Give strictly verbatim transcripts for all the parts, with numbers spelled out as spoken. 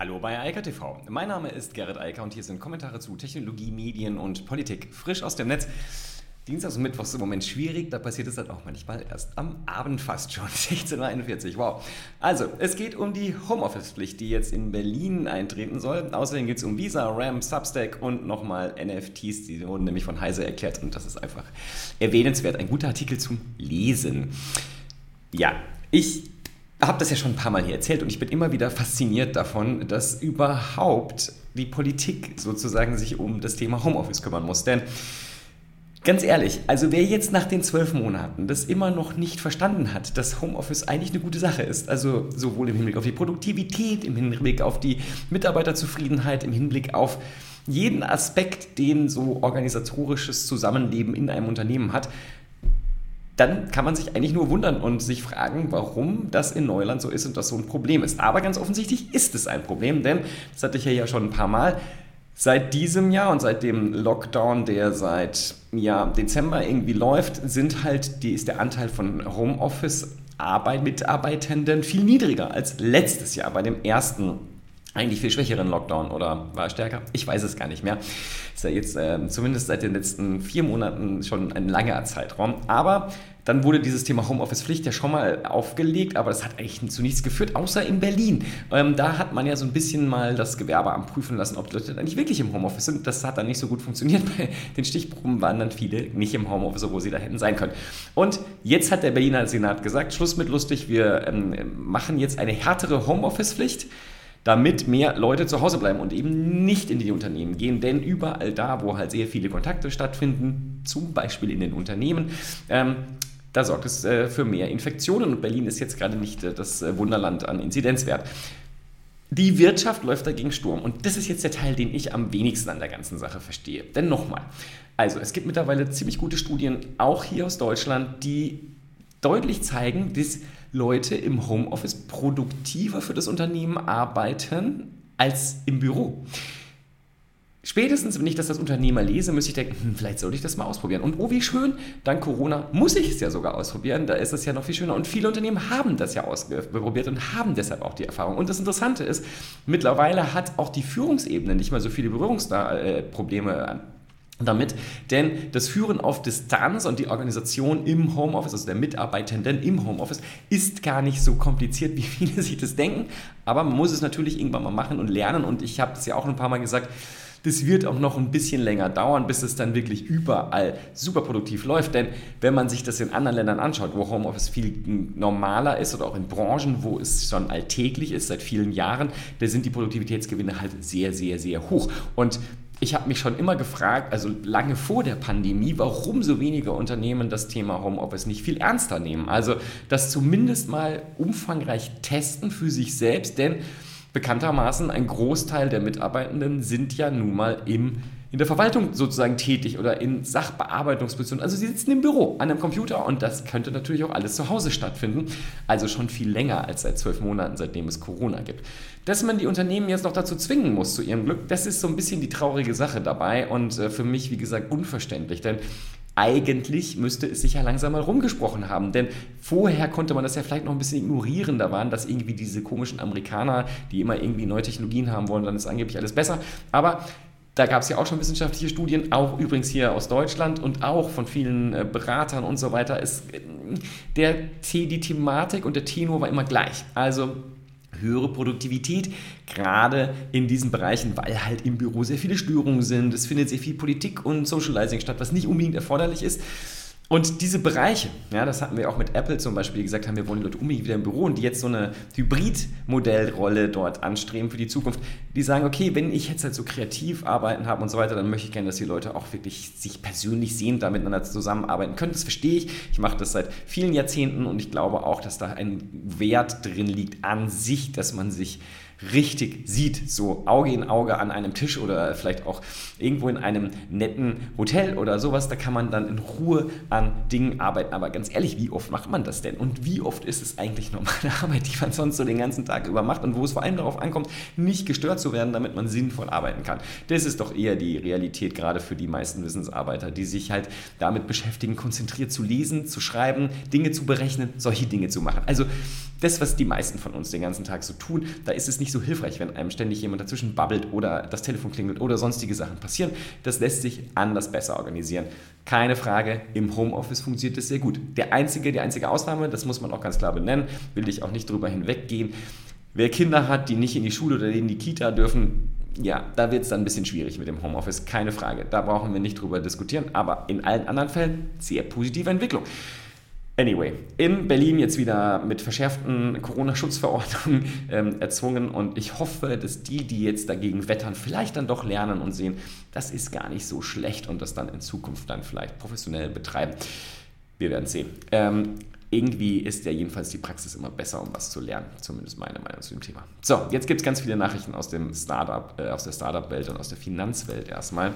Hallo bei Eika T V. Mein Name ist Gerrit Eiker und hier sind Kommentare zu Technologie, Medien und Politik. Frisch aus dem Netz. Dienstags und Mittwochs ist im Moment schwierig, da passiert es dann auch manchmal erst am Abend fast schon, sechzehn Uhr einundvierzig, wow. Also, es geht um die Homeoffice-Pflicht, die jetzt in Berlin eintreten soll. Außerdem geht es um Visa, RAM, Substack und nochmal N F Ts, die wurden nämlich von Heise erklärt und das ist einfach erwähnenswert. Ein guter Artikel zum Lesen. Ja, ich habe das ja schon ein paar Mal hier erzählt und ich bin immer wieder fasziniert davon, dass überhaupt die Politik sozusagen sich um das Thema Homeoffice kümmern muss, denn ganz ehrlich, also wer jetzt nach den zwölf Monaten das immer noch nicht verstanden hat, dass Homeoffice eigentlich eine gute Sache ist, also sowohl im Hinblick auf die Produktivität, im Hinblick auf die Mitarbeiterzufriedenheit, im Hinblick auf jeden Aspekt, den so organisatorisches Zusammenleben in einem Unternehmen hat, dann kann man sich eigentlich nur wundern und sich fragen, warum das in Neuland so ist und das so ein Problem ist. Aber ganz offensichtlich ist es ein Problem, denn, das hatte ich ja schon ein paar Mal, seit diesem Jahr und seit dem Lockdown, der seit ja, Dezember irgendwie läuft, sind halt die, ist der Anteil von Homeoffice-Mitarbeitenden viel niedriger als letztes Jahr bei dem ersten eigentlich viel schwächeren Lockdown, oder war er stärker? Ich weiß es gar nicht mehr. Ist ja jetzt äh, zumindest seit den letzten vier Monaten schon ein langer Zeitraum. Aber dann wurde dieses Thema Homeoffice-Pflicht ja schon mal aufgelegt, aber das hat eigentlich zu nichts geführt, außer in Berlin. Ähm, da hat man ja so ein bisschen mal das Gewerbeamt prüfen lassen, ob die Leute dann nicht wirklich im Homeoffice sind. Das hat dann nicht so gut funktioniert. Bei den Stichproben waren dann viele nicht im Homeoffice, obwohl sie da hätten sein können. Und jetzt hat der Berliner Senat gesagt, Schluss mit lustig, wir ähm, machen jetzt eine härtere Homeoffice-Pflicht, damit mehr Leute zu Hause bleiben und eben nicht in die Unternehmen gehen. Denn überall da, wo halt sehr viele Kontakte stattfinden, zum Beispiel in den Unternehmen, ähm, da sorgt es äh, für mehr Infektionen. Und Berlin ist jetzt gerade nicht äh, das äh, Wunderland an Inzidenzwert. Die Wirtschaft läuft dagegen Sturm. Und das ist jetzt der Teil, den ich am wenigsten an der ganzen Sache verstehe. Denn nochmal, also es gibt mittlerweile ziemlich gute Studien, auch hier aus Deutschland, die deutlich zeigen, dass Leute im Homeoffice produktiver für das Unternehmen arbeiten als im Büro. Spätestens, wenn ich das als Unternehmer lese, müsste ich denken, hm, vielleicht sollte ich das mal ausprobieren. Und oh, wie schön, dank Corona muss ich es ja sogar ausprobieren, da ist es ja noch viel schöner. Und viele Unternehmen haben das ja ausprobiert und haben deshalb auch die Erfahrung. Und das Interessante ist, mittlerweile hat auch die Führungsebene nicht mehr so viele Berührungsprobleme damit, denn das Führen auf Distanz und die Organisation im Homeoffice, also der Mitarbeitenden im Homeoffice, ist gar nicht so kompliziert, wie viele sich das denken, aber man muss es natürlich irgendwann mal machen und lernen und ich habe es ja auch ein paar Mal gesagt, das wird auch noch ein bisschen länger dauern, bis es dann wirklich überall super produktiv läuft, denn wenn man sich das in anderen Ländern anschaut, wo Homeoffice viel normaler ist oder auch in Branchen, wo es schon alltäglich ist, seit vielen Jahren, da sind die Produktivitätsgewinne halt sehr, sehr, sehr hoch und ich habe mich schon immer gefragt, also lange vor der Pandemie, warum so wenige Unternehmen das Thema Homeoffice nicht viel ernster nehmen. Also das zumindest mal umfangreich testen für sich selbst, denn bekanntermaßen ein Großteil der Mitarbeitenden sind ja nun mal im, in der Verwaltung sozusagen tätig oder in Sachbearbeitungspositionen. Also sie sitzen im Büro an einem Computer und das könnte natürlich auch alles zu Hause stattfinden. Also schon viel länger als seit zwölf Monaten, seitdem es Corona gibt. Dass man die Unternehmen jetzt noch dazu zwingen muss zu ihrem Glück, das ist so ein bisschen die traurige Sache dabei und äh, für mich, wie gesagt, unverständlich, denn eigentlich müsste es sich ja langsam mal rumgesprochen haben, denn vorher konnte man das ja vielleicht noch ein bisschen ignorieren, da waren das irgendwie diese komischen Amerikaner, die immer irgendwie neue Technologien haben wollen, dann ist angeblich alles besser, aber da gab es ja auch schon wissenschaftliche Studien, auch übrigens hier aus Deutschland und auch von vielen äh, Beratern und so weiter. Es, äh, der, die Thematik und der Tenor war immer gleich, also höhere Produktivität, gerade in diesen Bereichen, weil halt im Büro sehr viele Störungen sind, es findet sehr viel Politik und Socializing statt, was nicht unbedingt erforderlich ist. Und diese Bereiche, ja, das hatten wir auch mit Apple zum Beispiel, die gesagt haben, wir wollen die Leute unbedingt wieder im Büro und die jetzt so eine Hybrid-Modellrolle dort anstreben für die Zukunft, die sagen, okay, wenn ich jetzt halt so kreativ arbeiten habe und so weiter, dann möchte ich gerne, dass die Leute auch wirklich sich persönlich sehen, da miteinander zusammenarbeiten können. Das verstehe ich. Ich mache das seit vielen Jahrzehnten und ich glaube auch, dass da ein Wert drin liegt an sich, dass man sich richtig sieht, so Auge in Auge an einem Tisch oder vielleicht auch irgendwo in einem netten Hotel oder sowas, da kann man dann in Ruhe an Dingen arbeiten. Aber ganz ehrlich, wie oft macht man das denn? Und wie oft ist es eigentlich normale Arbeit, die man sonst so den ganzen Tag über macht und wo es vor allem darauf ankommt, nicht gestört zu werden, damit man sinnvoll arbeiten kann? Das ist doch eher die Realität, gerade für die meisten Wissensarbeiter, die sich halt damit beschäftigen, konzentriert zu lesen, zu schreiben, Dinge zu berechnen, solche Dinge zu machen. Also das, was die meisten von uns den ganzen Tag so tun, da ist es nicht nicht so hilfreich, wenn einem ständig jemand dazwischen babbelt oder das Telefon klingelt oder sonstige Sachen passieren. Das lässt sich anders besser organisieren. Keine Frage, im Homeoffice funktioniert das sehr gut. Der einzige, die einzige Ausnahme, das muss man auch ganz klar benennen, will ich auch nicht drüber hinweggehen. Wer Kinder hat, die nicht in die Schule oder in die Kita dürfen, ja, da wird es dann ein bisschen schwierig mit dem Homeoffice, keine Frage. Da brauchen wir nicht drüber diskutieren, aber in allen anderen Fällen sehr positive Entwicklung. Anyway, in Berlin jetzt wieder mit verschärften Corona-Schutzverordnungen ähm, erzwungen und ich hoffe, dass die, die jetzt dagegen wettern, vielleicht dann doch lernen und sehen, das ist gar nicht so schlecht und das dann in Zukunft dann vielleicht professionell betreiben. Wir werden sehen. Ähm, irgendwie ist ja jedenfalls die Praxis immer besser, um was zu lernen, zumindest meine Meinung zu dem Thema. So, jetzt gibt es ganz viele Nachrichten aus dem Startup, äh, aus der Startup-Welt und aus der Finanzwelt erstmal.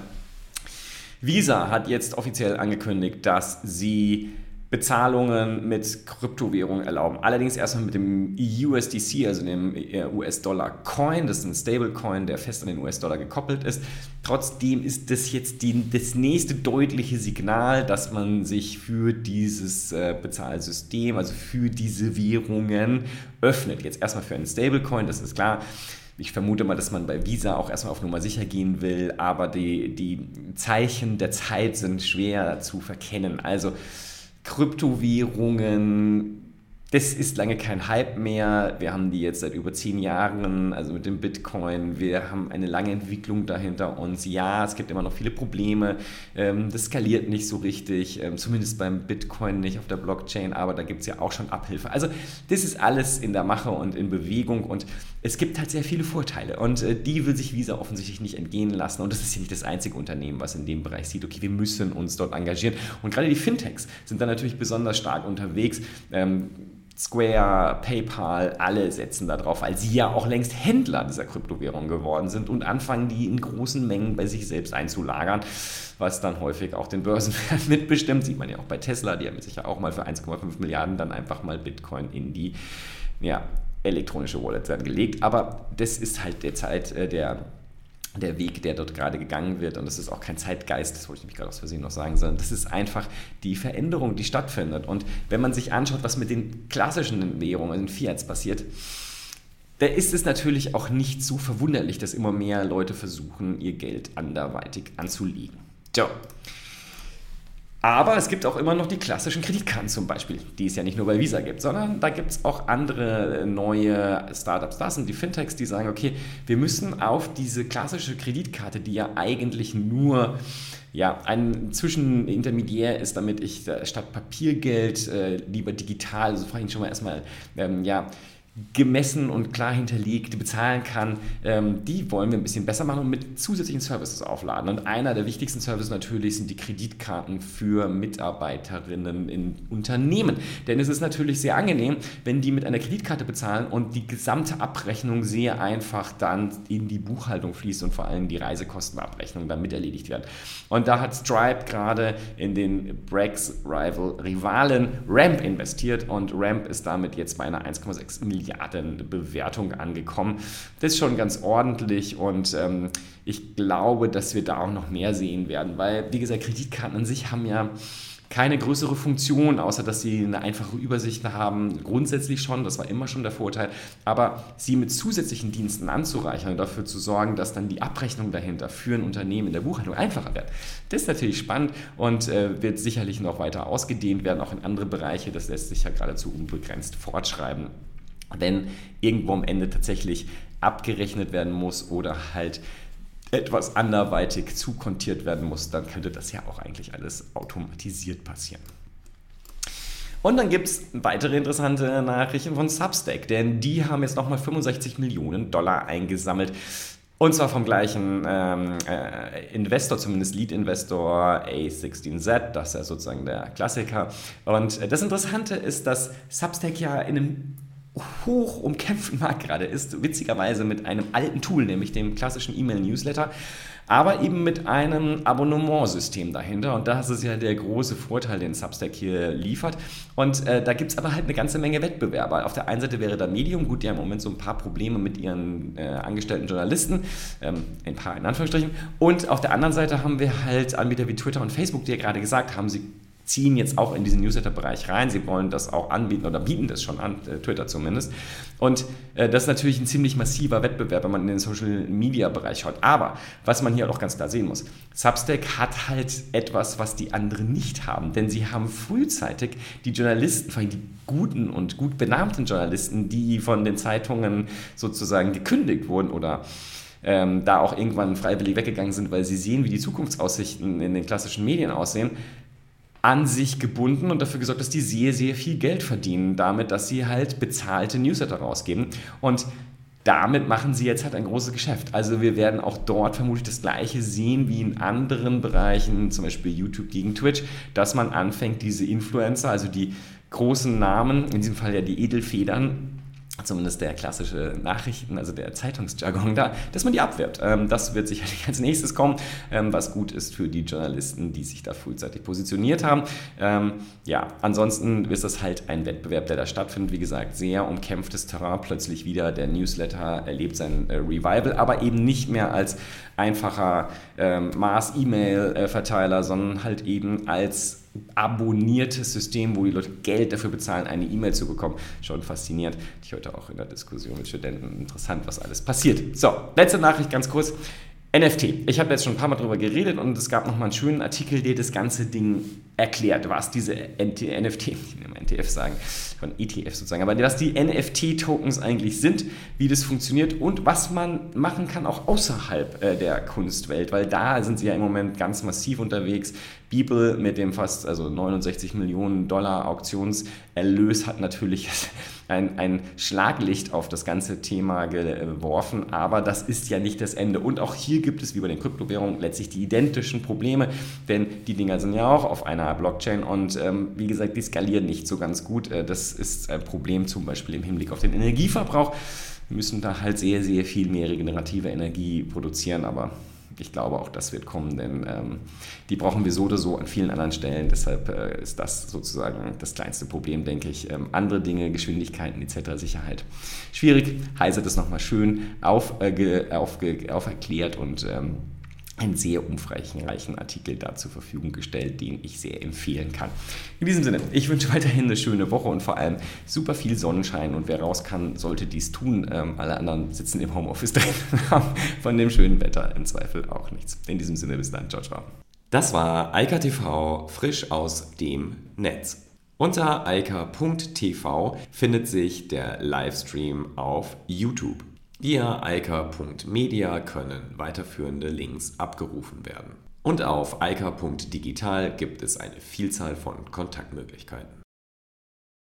Visa hat jetzt offiziell angekündigt, dass sie Bezahlungen mit Kryptowährungen erlauben. Allerdings erstmal mit dem U S D C, also dem U S-Dollar-Coin. Das ist ein Stablecoin, der fest an den U S-Dollar gekoppelt ist. Trotzdem ist das jetzt die, das nächste deutliche Signal, dass man sich für dieses äh, Bezahlsystem, also für diese Währungen öffnet. Jetzt erstmal für einen Stablecoin, das ist klar. Ich vermute mal, dass man bei Visa auch erstmal auf Nummer sicher gehen will, aber die, die Zeichen der Zeit sind schwer zu verkennen. Also Kryptowährungen, das ist lange kein Hype mehr. Wir haben die jetzt seit über zehn Jahren, also mit dem Bitcoin. Wir haben eine lange Entwicklung dahinter uns. Ja, es gibt immer noch viele Probleme. Das skaliert nicht so richtig, zumindest beim Bitcoin nicht auf der Blockchain, aber da gibt es ja auch schon Abhilfe. Also das ist alles in der Mache und in Bewegung und es gibt halt sehr viele Vorteile und die will sich Visa offensichtlich nicht entgehen lassen und das ist ja nicht das einzige Unternehmen, was in dem Bereich sieht, okay, wir müssen uns dort engagieren und gerade die Fintechs sind da natürlich besonders stark unterwegs. Square, PayPal, alle setzen da drauf, weil sie ja auch längst Händler dieser Kryptowährung geworden sind und anfangen, die in großen Mengen bei sich selbst einzulagern, was dann häufig auch den Börsenwert mitbestimmt. Sieht man ja auch bei Tesla, die haben sich ja auch mal für eins Komma fünf Milliarden dann einfach mal Bitcoin in die ja, elektronische Wallet dann gelegt. Aber das ist halt derzeit äh, der der Weg, der dort gerade gegangen wird und das ist auch kein Zeitgeist, das wollte ich nämlich gerade aus Versehen noch sagen, sondern das ist einfach die Veränderung, die stattfindet und wenn man sich anschaut, was mit den klassischen Währungen, den Fiats passiert, da ist es natürlich auch nicht so verwunderlich, dass immer mehr Leute versuchen, ihr Geld anderweitig anzulegen. So. Aber es gibt auch immer noch die klassischen Kreditkarten zum Beispiel, die es ja nicht nur bei Visa gibt, sondern da gibt es auch andere neue Startups. Das sind die Fintechs, die sagen, okay, wir müssen auf diese klassische Kreditkarte, die ja eigentlich nur ja, ein Zwischenintermediär ist, damit ich statt Papiergeld äh, lieber digital, also frage ich schon mal erstmal, ähm, ja, gemessen und klar hinterlegt bezahlen kann, ähm, die wollen wir ein bisschen besser machen und mit zusätzlichen Services aufladen. Und einer der wichtigsten Services natürlich sind die Kreditkarten für Mitarbeiterinnen in Unternehmen. Denn es ist natürlich sehr angenehm, wenn die mit einer Kreditkarte bezahlen und die gesamte Abrechnung sehr einfach dann in die Buchhaltung fließt und vor allem die Reisekostenabrechnung dann mit erledigt wird. Und da hat Stripe gerade in den Brex-Rival-Rivalen Ramp investiert und Ramp ist damit jetzt bei einer eins Komma sechs Milliarden Bewertung angekommen. Das ist schon ganz ordentlich und ähm, ich glaube, dass wir da auch noch mehr sehen werden, weil, wie gesagt, Kreditkarten an sich haben ja keine größere Funktion, außer dass sie eine einfache Übersicht haben. Grundsätzlich schon, das war immer schon der Vorteil, aber sie mit zusätzlichen Diensten anzureichern und dafür zu sorgen, dass dann die Abrechnung dahinter für ein Unternehmen in der Buchhaltung einfacher wird. Das ist natürlich spannend und äh, wird sicherlich noch weiter ausgedehnt werden, auch in andere Bereiche. Das lässt sich ja geradezu unbegrenzt fortschreiben. Wenn irgendwo am Ende tatsächlich abgerechnet werden muss oder halt etwas anderweitig zukontiert werden muss, dann könnte das ja auch eigentlich alles automatisiert passieren. Und dann gibt es weitere interessante Nachrichten von Substack, denn die haben jetzt nochmal fünfundsechzig Millionen Dollar eingesammelt. Und zwar vom gleichen ähm, äh, Investor, zumindest Lead-Investor A sechzehn Z, das ist ja sozusagen der Klassiker. Und äh, das Interessante ist, dass Substack ja in einem hoch umkämpften Markt gerade ist, witzigerweise mit einem alten Tool, nämlich dem klassischen E-Mail-Newsletter, aber eben mit einem Abonnementsystem dahinter und das ist ja der große Vorteil, den Substack hier liefert und äh, da gibt es aber halt eine ganze Menge Wettbewerber. Auf der einen Seite wäre da Medium, gut, die haben im Moment so ein paar Probleme mit ihren äh, angestellten Journalisten, ähm, ein paar in Anführungsstrichen, und auf der anderen Seite haben wir halt Anbieter wie Twitter und Facebook, die ja gerade gesagt haben, sie ziehen jetzt auch in diesen Newsletter-Bereich rein. Sie wollen das auch anbieten oder bieten das schon an, äh, Twitter zumindest. Und äh, das ist natürlich ein ziemlich massiver Wettbewerb, wenn man in den Social-Media-Bereich schaut. Aber was man hier auch ganz klar sehen muss, Substack hat halt etwas, was die anderen nicht haben. Denn sie haben frühzeitig die Journalisten, vor allem die guten und gut benannten Journalisten, die von den Zeitungen sozusagen gekündigt wurden oder ähm, da auch irgendwann freiwillig weggegangen sind, weil sie sehen, wie die Zukunftsaussichten in den klassischen Medien aussehen, an sich gebunden und dafür gesorgt, dass die sehr, sehr viel Geld verdienen damit, dass sie halt bezahlte Newsletter rausgeben. Und damit machen sie jetzt halt ein großes Geschäft. Also wir werden auch dort vermutlich das Gleiche sehen wie in anderen Bereichen, zum Beispiel YouTube gegen Twitch, dass man anfängt, diese Influencer, also die großen Namen, in diesem Fall ja die Edelfedern, zumindest der klassische Nachrichten, also der Zeitungsjargon da, dass man die abwehrt. Ähm, das wird sicherlich als nächstes kommen, ähm, was gut ist für die Journalisten, die sich da frühzeitig positioniert haben. Ähm, ja, ansonsten ist das halt ein Wettbewerb, der da stattfindet. Wie gesagt, sehr umkämpftes Terrain. Plötzlich wieder der Newsletter erlebt sein äh, Revival, aber eben nicht mehr als einfacher ähm, Mass-E-Mail-Verteiler, sondern halt eben als abonniertes System, wo die Leute Geld dafür bezahlen, eine E-Mail zu bekommen. Schon faszinierend. Ich heute auch in der Diskussion mit Studenten interessant, was alles passiert. So, letzte Nachricht ganz kurz. N F T. Ich habe jetzt schon ein paar Mal drüber geredet und es gab nochmal einen schönen Artikel, der das ganze Ding erklärt, was diese N F T, ich will mal N T F sagen, von E T F sozusagen, aber was die N F T-Tokens eigentlich sind, wie das funktioniert und was man machen kann auch außerhalb äh, der Kunstwelt, weil da sind sie ja im Moment ganz massiv unterwegs. Beeple mit dem fast also neunundsechzig Millionen Dollar Auktionserlös hat natürlich ein, ein Schlaglicht auf das ganze Thema geworfen, aber das ist ja nicht das Ende. Und auch hier gibt es, wie bei den Kryptowährungen, letztlich die identischen Probleme, denn die Dinger sind ja auch auf einer Blockchain und ähm, wie gesagt, die skalieren nicht so ganz gut. Das ist ein Problem zum Beispiel im Hinblick auf den Energieverbrauch. Wir müssen da halt sehr, sehr viel mehr regenerative Energie produzieren, aber ich glaube, auch das wird kommen, denn ähm, die brauchen wir so oder so an vielen anderen Stellen. Deshalb äh, ist das sozusagen das kleinste Problem, denke ich. Ähm, andere Dinge, Geschwindigkeiten et cetera, Sicherheit. Schwierig. Heise hat das nochmal schön auf, äh, aufge, auferklärt und ähm, einen sehr umfangreichen Artikel da zur Verfügung gestellt, den ich sehr empfehlen kann. In diesem Sinne, ich wünsche weiterhin eine schöne Woche und vor allem super viel Sonnenschein und wer raus kann, sollte dies tun. Ähm, alle anderen sitzen im Homeoffice drin und haben von dem schönen Wetter im Zweifel auch nichts. In diesem Sinne, bis dann. Ciao, ciao. Das war Eika T V frisch aus dem Netz. Unter eika punkt t v findet sich der Livestream auf YouTube. Via eika punkt media können weiterführende Links abgerufen werden. Und auf eika punkt digital gibt es eine Vielzahl von Kontaktmöglichkeiten.